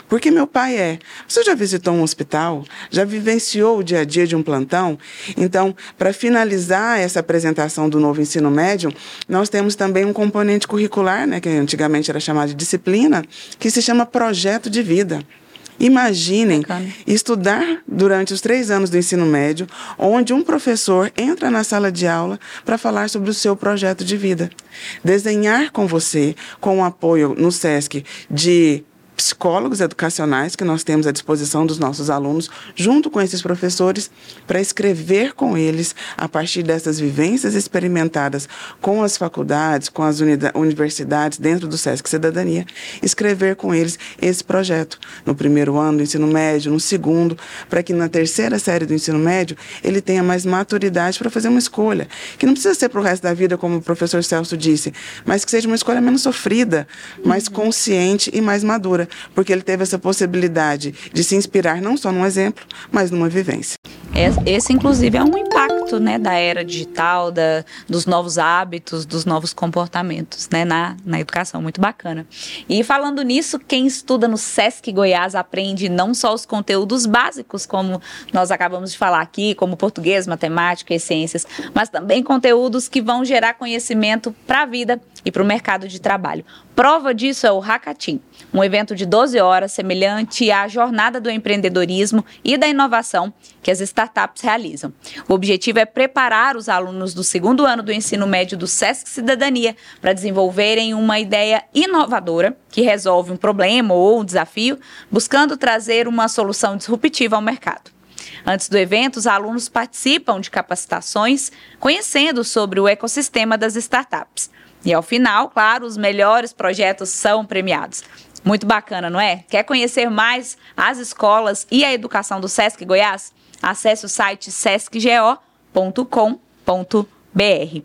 Porque meu pai é. Você já visitou um hospital? Já vivenciou o dia a dia de um plantão? Então, para finalizar essa apresentação do novo ensino médio, nós temos também um componente curricular, né, que antigamente era chamado de disciplina, que se chama projeto de vida. Imaginem Bacana. Estudar durante os três anos do ensino médio, onde um professor entra na sala de aula para falar sobre o seu projeto de vida. Desenhar com você, com o apoio no SESC de psicólogos educacionais que nós temos à disposição dos nossos alunos, junto com esses professores, para escrever com eles, a partir dessas vivências experimentadas com as faculdades, com as universidades, dentro do SESC Cidadania, escrever com eles esse projeto, no primeiro ano do ensino médio, no segundo, para que na terceira série do ensino médio ele tenha mais maturidade para fazer uma escolha, que não precisa ser para o resto da vida, como o professor Celso disse, mas que seja uma escolha menos sofrida, mais consciente e mais madura, porque ele teve essa possibilidade de se inspirar não só num exemplo, mas numa vivência. Esse, inclusive, é um impacto, né, da era digital, da, dos novos hábitos, dos novos comportamentos, né, na, na educação. Muito bacana. E falando nisso, quem estuda no SESC Goiás aprende não só os conteúdos básicos, como nós acabamos de falar aqui, como português, matemática e ciências, mas também conteúdos que vão gerar conhecimento para a vida e para o mercado de trabalho. Prova disso é o Hackathon, um evento de doze horas semelhante à jornada do empreendedorismo e da inovação que as startups realizam. O objetivo é preparar os alunos do segundo ano do ensino médio do SESC Cidadania para desenvolverem uma ideia inovadora que resolve um problema ou um desafio, buscando trazer uma solução disruptiva ao mercado. Antes do evento, os alunos participam de capacitações, conhecendo sobre o ecossistema das startups. E ao final, claro, os melhores projetos são premiados. Muito bacana, não é? Quer conhecer mais as escolas e a educação do SESC Goiás? Acesse o site sesc go ponto com ponto br.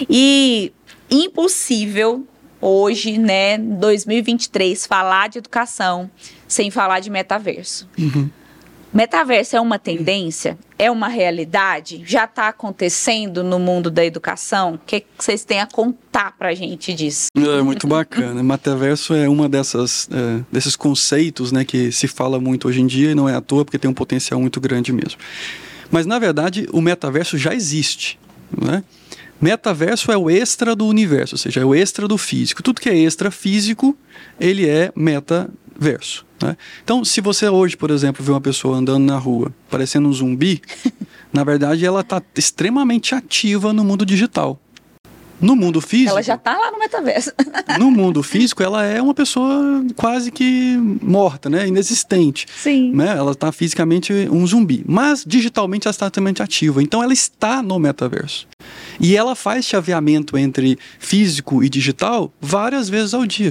E impossível hoje, né, dois mil e vinte e três, falar de educação sem falar de metaverso. Uhum. Metaverso é uma tendência? É uma realidade? Já está acontecendo no mundo da educação? O que vocês têm a contar para a gente disso? É muito bacana. Metaverso é uma dessas, é, desses conceitos, né, que se fala muito hoje em dia e não é à toa porque tem um potencial muito grande mesmo. Mas, na verdade, o metaverso já existe, né? Metaverso é o extra do universo, ou seja, é o extra do físico. Tudo que é extra físico, ele é metaverso. Né? Então, se você hoje, por exemplo, vê uma pessoa andando na rua parecendo um zumbi, na verdade ela está extremamente ativa no mundo digital. No mundo físico... Ela já está lá no metaverso. No mundo físico, ela é uma pessoa quase que morta, né? Inexistente. Sim. Né? Ela está fisicamente um zumbi. Mas, digitalmente, ela está extremamente ativa. Então, ela está no metaverso. E ela faz chaveamento entre físico e digital várias vezes ao dia.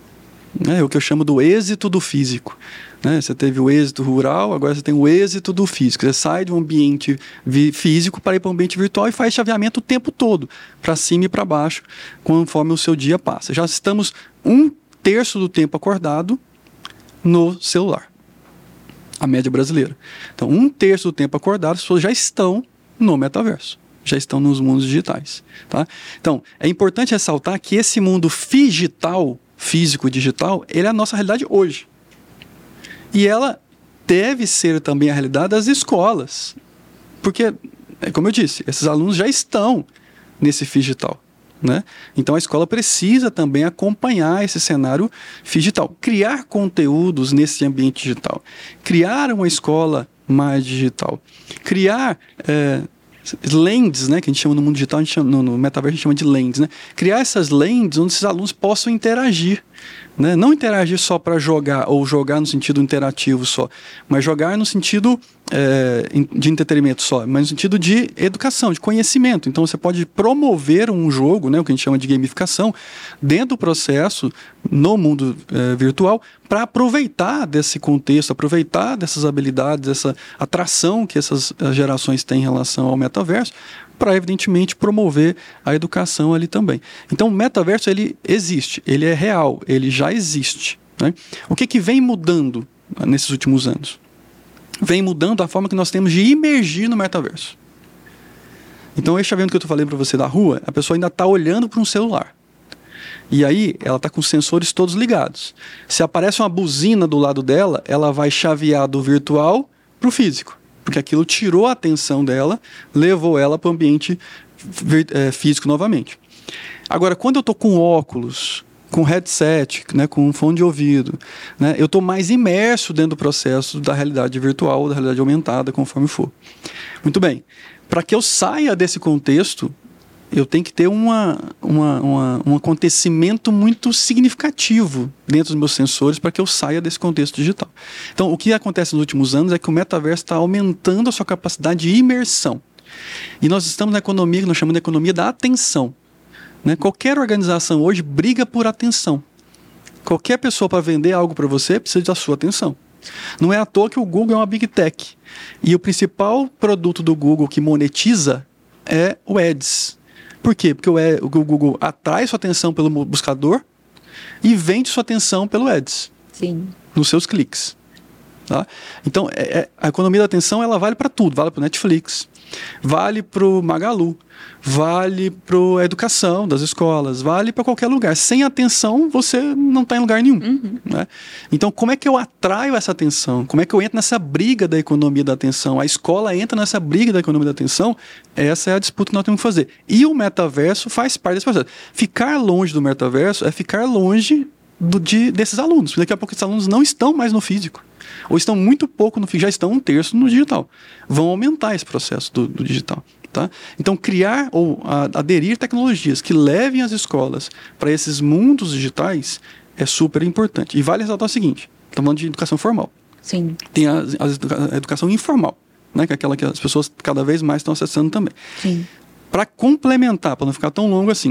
É o que eu chamo do êxito do físico. Né? Você teve o êxito rural, agora você tem o êxito do físico. Você sai de um ambiente vi- físico para ir para um ambiente virtual e faz chaveamento o tempo todo, para cima e para baixo, conforme o seu dia passa. Já estamos um terço do tempo acordado no celular, a média brasileira. Então, um terço do tempo acordado, as pessoas já estão no metaverso. Já estão nos mundos digitais. Tá? Então, é importante ressaltar que esse mundo figital, físico e digital, ele é a nossa realidade hoje. E ela deve ser também a realidade das escolas. Porque, como eu disse, esses alunos já estão nesse figital. Né? Então a escola precisa também acompanhar esse cenário figital. Criar conteúdos nesse ambiente digital. Criar uma escola mais digital. Criar... É, lentes, né, que a gente chama no mundo digital, a gente chama, no, no metaverso a gente chama de lentes, né? Criar essas lentes onde esses alunos possam interagir, né? Não interagir só para jogar, ou jogar no sentido interativo só, mas jogar no sentido é, de entretenimento só, mas no sentido de educação, de conhecimento. Então você pode promover um jogo, né, o que a gente chama de gamificação, dentro do processo, no mundo é, virtual, para aproveitar desse contexto, aproveitar dessas habilidades, dessa atração que essas gerações têm em relação ao metaverso, para, evidentemente, promover a educação ali também. Então, o metaverso, ele existe, ele é real, ele já existe. Né? O que, que vem mudando nesses últimos anos? Vem mudando a forma que nós temos de imergir no metaverso. Então, esse chaveamento que eu estou falando para você da rua, a pessoa ainda está olhando para um celular. E aí, ela está com os sensores todos ligados. Se aparece uma buzina do lado dela, ela vai chavear do virtual para o físico. Porque aquilo tirou a atenção dela, levou ela para o ambiente é, físico novamente. Agora, quando eu estou com óculos, com headset, né, com fone de ouvido, né, eu estou mais imerso dentro do processo da realidade virtual, da realidade aumentada, conforme for. Muito bem. Para que eu saia desse contexto, eu tenho que ter uma, uma, uma, um acontecimento muito significativo dentro dos meus sensores para que eu saia desse contexto digital. Então, o que acontece nos últimos anos é que o metaverso está aumentando a sua capacidade de imersão. E nós estamos na economia que nós chamamos de economia da atenção. Né? Qualquer organização hoje briga por atenção. Qualquer pessoa para vender algo para você precisa da sua atenção. Não é à toa que o Google é uma Big Tech. E o principal produto do Google que monetiza é o Ads. Por quê? Porque o Google atrai sua atenção pelo buscador e vende sua atenção pelo Ads. Sim. Nos seus cliques. Tá? Então, é, é, a economia da atenção ela vale para tudo. Vale para o Netflix, vale para o Magalu, vale para a educação das escolas, vale para qualquer lugar. Sem atenção, você não está em lugar nenhum. Uhum. Né? Então, como é que eu atraio essa atenção? Como é que eu entro nessa briga da economia da atenção? A escola entra nessa briga da economia da atenção? Essa é a disputa que nós temos que fazer. E o metaverso faz parte desse processo. Ficar longe do metaverso é ficar longe do, de, desses alunos. Porque daqui a pouco esses alunos não estão mais no físico. Ou estão muito pouco no físico, já estão um terço no digital. Vão aumentar esse processo do, do digital. Tá? Então, criar ou a, aderir tecnologias que levem as escolas para esses mundos digitais é super importante. E vale ressaltar o seguinte, estamos falando de educação formal. Sim. Tem a, a, a educação informal, né? Que é aquela que as pessoas cada vez mais estão acessando também. Sim. Para complementar, para não ficar tão longo assim,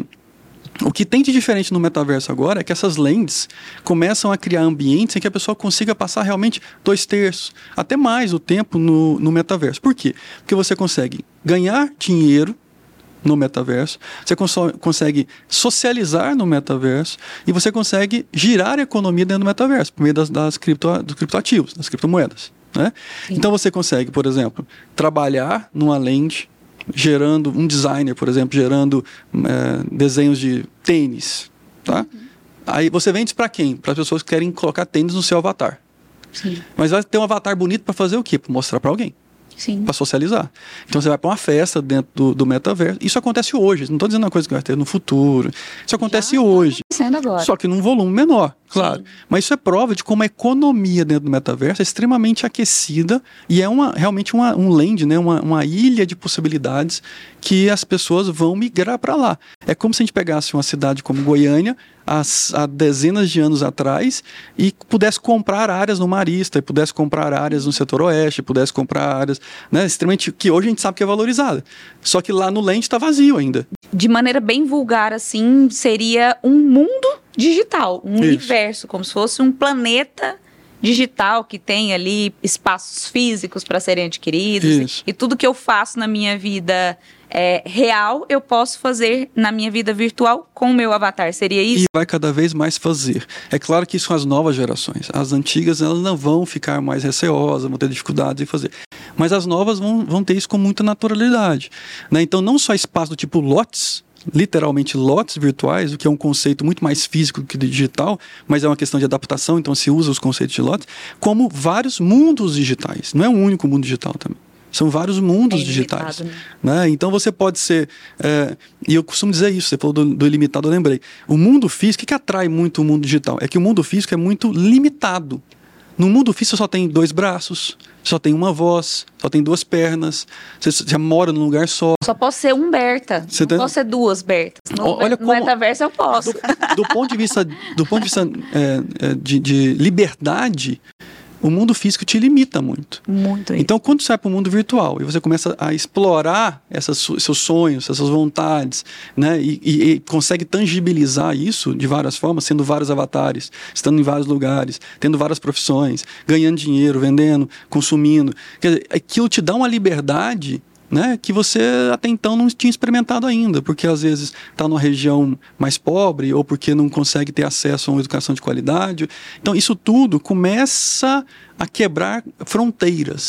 o que tem de diferente no metaverso agora é que essas lentes começam a criar ambientes em que a pessoa consiga passar realmente dois terços, até mais o tempo no, no metaverso. Por quê? Porque você consegue ganhar dinheiro no metaverso, você cons- consegue socializar no metaverso e você consegue girar a economia dentro do metaverso, por meio das, das cripto, dos criptoativos, das criptomoedas. Né? Então você consegue, por exemplo, trabalhar numa lente, gerando um designer, por exemplo, gerando é, desenhos de tênis, tá? Uhum. Aí você vende para quem? Para as pessoas que querem colocar tênis no seu avatar. Sim. Mas vai ter um avatar bonito para fazer o quê? Para mostrar para alguém. Sim. Para socializar. Então você vai para uma festa dentro do, do metaverso. Isso acontece hoje. Não estou dizendo uma coisa que vai ter no futuro. Isso acontece Já hoje. Está acontecendo agora. Só que num volume menor, claro. Sim. Mas isso é prova de como a economia dentro do metaverso é extremamente aquecida e é uma, realmente uma, um land, né? uma, uma ilha de possibilidades que as pessoas vão migrar para lá. É como se a gente pegasse uma cidade como Goiânia, há, há dezenas de anos atrás, e pudesse comprar áreas no Marista, e pudesse comprar áreas no setor oeste, pudesse comprar áreas, né, extremamente, que hoje a gente sabe que é valorizada. Só que lá no land está vazio ainda. De maneira bem vulgar, assim, seria um mundo digital, um Isso. universo, como se fosse um planeta digital que tem ali espaços físicos para serem adquiridos. Isso. E, e tudo que eu faço na minha vida é, real, eu posso fazer na minha vida virtual com o meu avatar. Seria isso? E vai cada vez mais fazer. É claro que isso são as novas gerações. As antigas, elas não vão ficar mais receosas, vão ter dificuldades em fazer. Mas as novas vão, vão ter isso com muita naturalidade. Né? Então, não só espaço do tipo lotes, literalmente lotes virtuais, o que é um conceito muito mais físico do que digital, mas é uma questão de adaptação, então se usa os conceitos de lotes, como vários mundos digitais. Não é um único mundo digital também. São vários mundos é digitais. Né? Né? Então você pode ser... É, e eu costumo dizer isso, você falou do, do ilimitado, eu lembrei. O mundo físico, o que atrai muito o mundo digital? É que o mundo físico é muito limitado. No mundo físico você só tem dois braços, só tem uma voz, só tem duas pernas, você, você mora num lugar só. Só posso ser um Berta, você não tem... posso ser duas Bertas. No, Olha no como... metaverso eu posso. Do, do ponto de vista, do ponto de, vista é, de, de liberdade, o mundo físico te limita muito. Muito. Então, quando você vai para o mundo virtual e você começa a explorar essas, seus sonhos, essas vontades, né, e, e, e consegue tangibilizar isso de várias formas, sendo vários avatares, estando em vários lugares, tendo várias profissões, ganhando dinheiro, vendendo, consumindo, quer dizer, aquilo te dá uma liberdade, né, que você até então não tinha experimentado ainda, porque às vezes está numa região mais pobre ou porque não consegue ter acesso a uma educação de qualidade. Então isso tudo começa a quebrar fronteiras,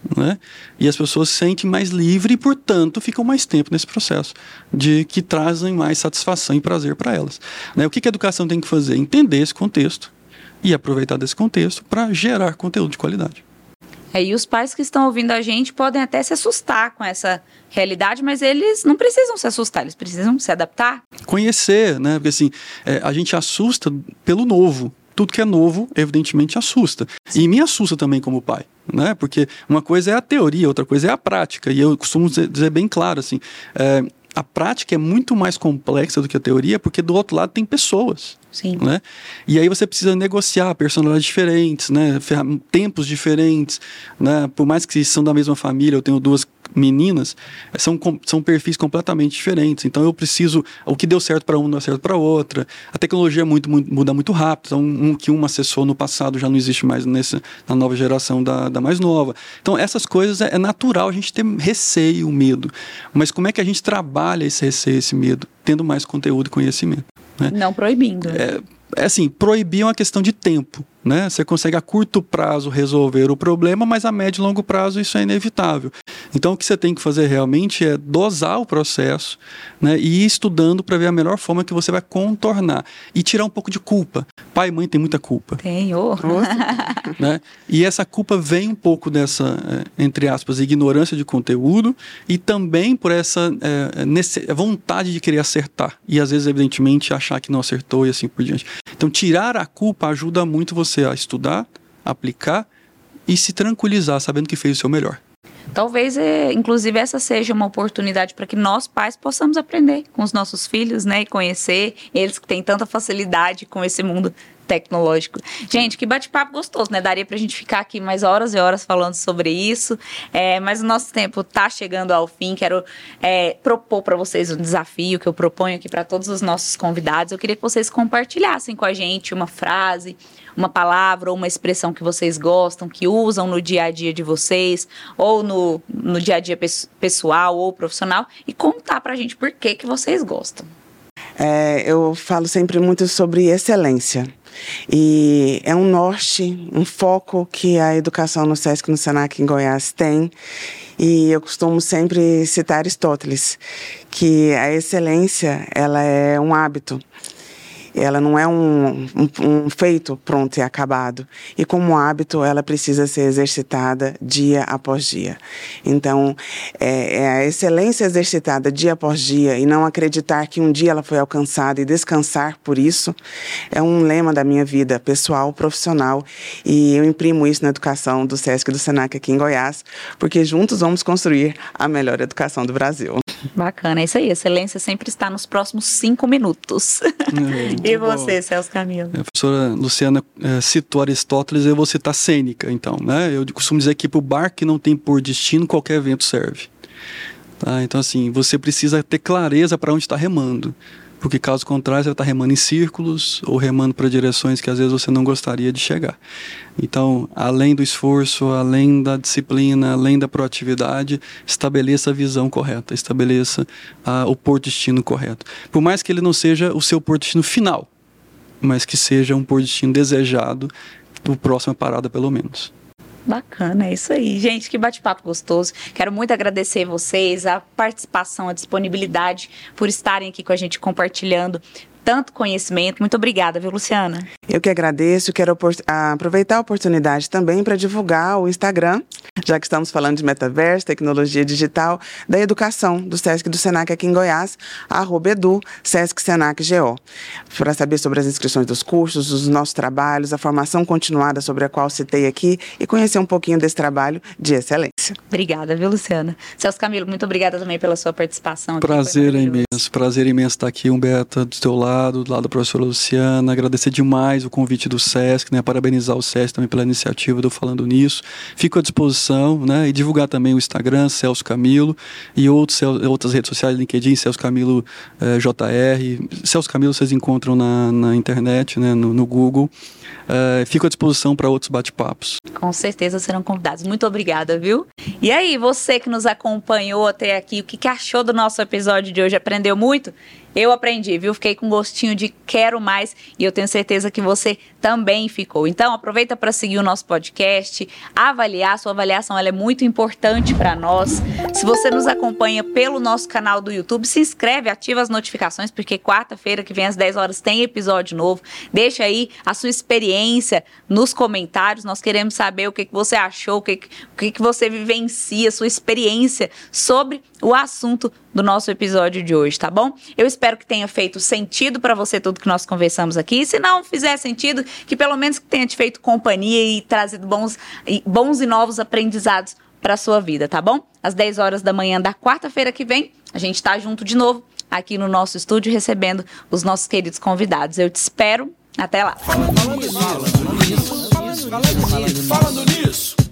né? E as pessoas se sentem mais livres e, portanto, ficam mais tempo nesse processo, de que trazem mais satisfação e prazer para elas. Né? O que, que a educação tem que fazer? Entender esse contexto e aproveitar desse contexto para gerar conteúdo de qualidade. É, e os pais que estão ouvindo a gente podem até se assustar com essa realidade, mas eles não precisam se assustar, eles precisam se adaptar. Conhecer, né? Porque assim, é, a gente assusta pelo novo. Tudo que é novo, evidentemente, assusta. Sim. E me assusta também como pai, né? Porque uma coisa é a teoria, outra coisa é a prática. E eu costumo dizer, dizer bem claro, assim, é, a prática é muito mais complexa do que a teoria, porque do outro lado tem pessoas. Sim. Né? E aí você precisa negociar personalidades diferentes, né? Tempos diferentes, né? Por mais que são da mesma família, eu tenho duas meninas, são, são perfis completamente diferentes. Então eu preciso, o que deu certo para uma não deu certo para outra. A tecnologia muito, muito, muda muito rápido. Então um que uma acessou no passado já não existe mais nessa, na nova geração da, da mais nova. Então essas coisas é, é natural a gente ter receio, medo. Mas como é que a gente trabalha esse receio, esse medo? Tendo mais conteúdo e conhecimento. Né? Não proibindo. É, é assim, proibir é uma questão de tempo, né? Você consegue a curto prazo resolver o problema, mas a médio e longo prazo isso é inevitável. Então o que você tem que fazer realmente é dosar o processo, né? E ir estudando para ver a melhor forma que você vai contornar e tirar um pouco de culpa. Pai e mãe tem muita culpa. Tem, oh. Né? E essa culpa vem um pouco dessa, entre aspas, ignorância de conteúdo e também por essa é, nesse, vontade de querer acertar e às vezes, evidentemente, achar que não acertou e assim por diante. Então, tirar a culpa ajuda muito você a estudar, aplicar e se tranquilizar, sabendo que fez o seu melhor. Talvez, é, inclusive, essa seja uma oportunidade para que nós, pais, possamos aprender com os nossos filhos, né? E conhecer eles que têm tanta facilidade com esse mundo tecnológico. Gente, que bate-papo gostoso, né? Daria pra gente ficar aqui mais horas e horas falando sobre isso, é, mas o nosso tempo tá chegando ao fim. Quero é, propor para vocês um desafio que eu proponho aqui para todos os nossos convidados. Eu queria que vocês compartilhassem com a gente uma frase, uma palavra ou uma expressão que vocês gostam, que usam no dia a dia de vocês, ou no, no dia a dia pessoal ou profissional, e contar pra gente por que que vocês gostam. É, eu falo sempre muito sobre excelência. E é um norte, um foco que a educação no SESC e no SENAC em Goiás tem. E eu costumo sempre citar Aristóteles, que a excelência ela é um hábito. Ela não é um, um, um feito pronto e acabado. E como hábito, ela precisa ser exercitada dia após dia. Então, é, é a excelência exercitada dia após dia e não acreditar que um dia ela foi alcançada e descansar por isso, é um lema da minha vida pessoal, profissional. E eu imprimo isso na educação do SESC e do SENAC aqui em Goiás, porque juntos vamos construir a melhor educação do Brasil. Bacana, é isso aí. Excelência sempre está nos próximos cinco minutos. É, e você, Celso Camilo? A professora Luciana é, citou Aristóteles, eu vou citar Sêneca, então. Né? Eu costumo dizer que para o barco que não tem por destino, qualquer vento serve. Tá? Então, assim, você precisa ter clareza para onde está remando. Porque, caso contrário, você vai estar remando em círculos ou remando para direções que às vezes você não gostaria de chegar. Então, além do esforço, além da disciplina, além da proatividade, estabeleça a visão correta, estabeleça ah, o por-destino correto. Por mais que ele não seja o seu por-destino final, mas que seja um por-destino desejado, do próxima parada pelo menos. Bacana, é isso aí. Gente, que bate-papo gostoso. Quero muito agradecer vocês, a participação, a disponibilidade por estarem aqui com a gente compartilhando tanto conhecimento. Muito obrigada, viu, Luciana? Eu que agradeço. Quero aproveitar a oportunidade também para divulgar o Instagram, já que estamos falando de metaverso, tecnologia digital, da educação do SESC e do SENAC aqui em Goiás, arroba edu, SESC Senac G O, para saber sobre as inscrições dos cursos, os nossos trabalhos, a formação continuada sobre a qual citei aqui e conhecer um pouquinho desse trabalho de excelência. Obrigada, viu, Luciana? Celso Camilo, muito obrigada também pela sua participação. Aqui. Prazer é imenso, prazer imenso estar aqui, Humberta, do teu lado, do lado da professora Luciana, agradecer demais o convite do SESC, né, parabenizar o SESC também pela iniciativa do Falando Nisso. Fico à disposição, né, e divulgar também o Instagram, Celso Camilo, e outros, outras redes sociais, LinkedIn, Celso Camilo eh, J R. Celso Camilo vocês encontram na, na internet, né, no, no Google. Uh, fico à disposição para outros bate-papos. Com certeza serão convidados. Muito obrigada, viu? E aí, você que nos acompanhou até aqui, o que, que achou do nosso episódio de hoje? Aprendeu muito? Eu aprendi, viu? Fiquei com gostinho de quero mais e eu tenho certeza que você também ficou. Então, aproveita para seguir o nosso podcast, avaliar. Sua avaliação ela é muito importante para nós. Se você nos acompanha pelo nosso canal do YouTube, se inscreve, ativa as notificações, porque quarta-feira que vem às dez horas tem episódio novo. Deixa aí a sua experiência nos comentários. Nós queremos saber o que, que você achou, o que, o que, que você vivencia, sua experiência sobre o assunto do nosso episódio de hoje, tá bom? Eu espero que tenha feito sentido para você tudo que nós conversamos aqui. E se não fizer sentido, que pelo menos que tenha te feito companhia e trazido bons, bons e novos aprendizados para a sua vida, tá bom? Às dez horas da manhã da quarta-feira que vem, a gente tá junto de novo aqui no nosso estúdio recebendo os nossos queridos convidados. Eu te espero. Até lá. Falando nisso, falando nisso, falando nisso, falando nisso.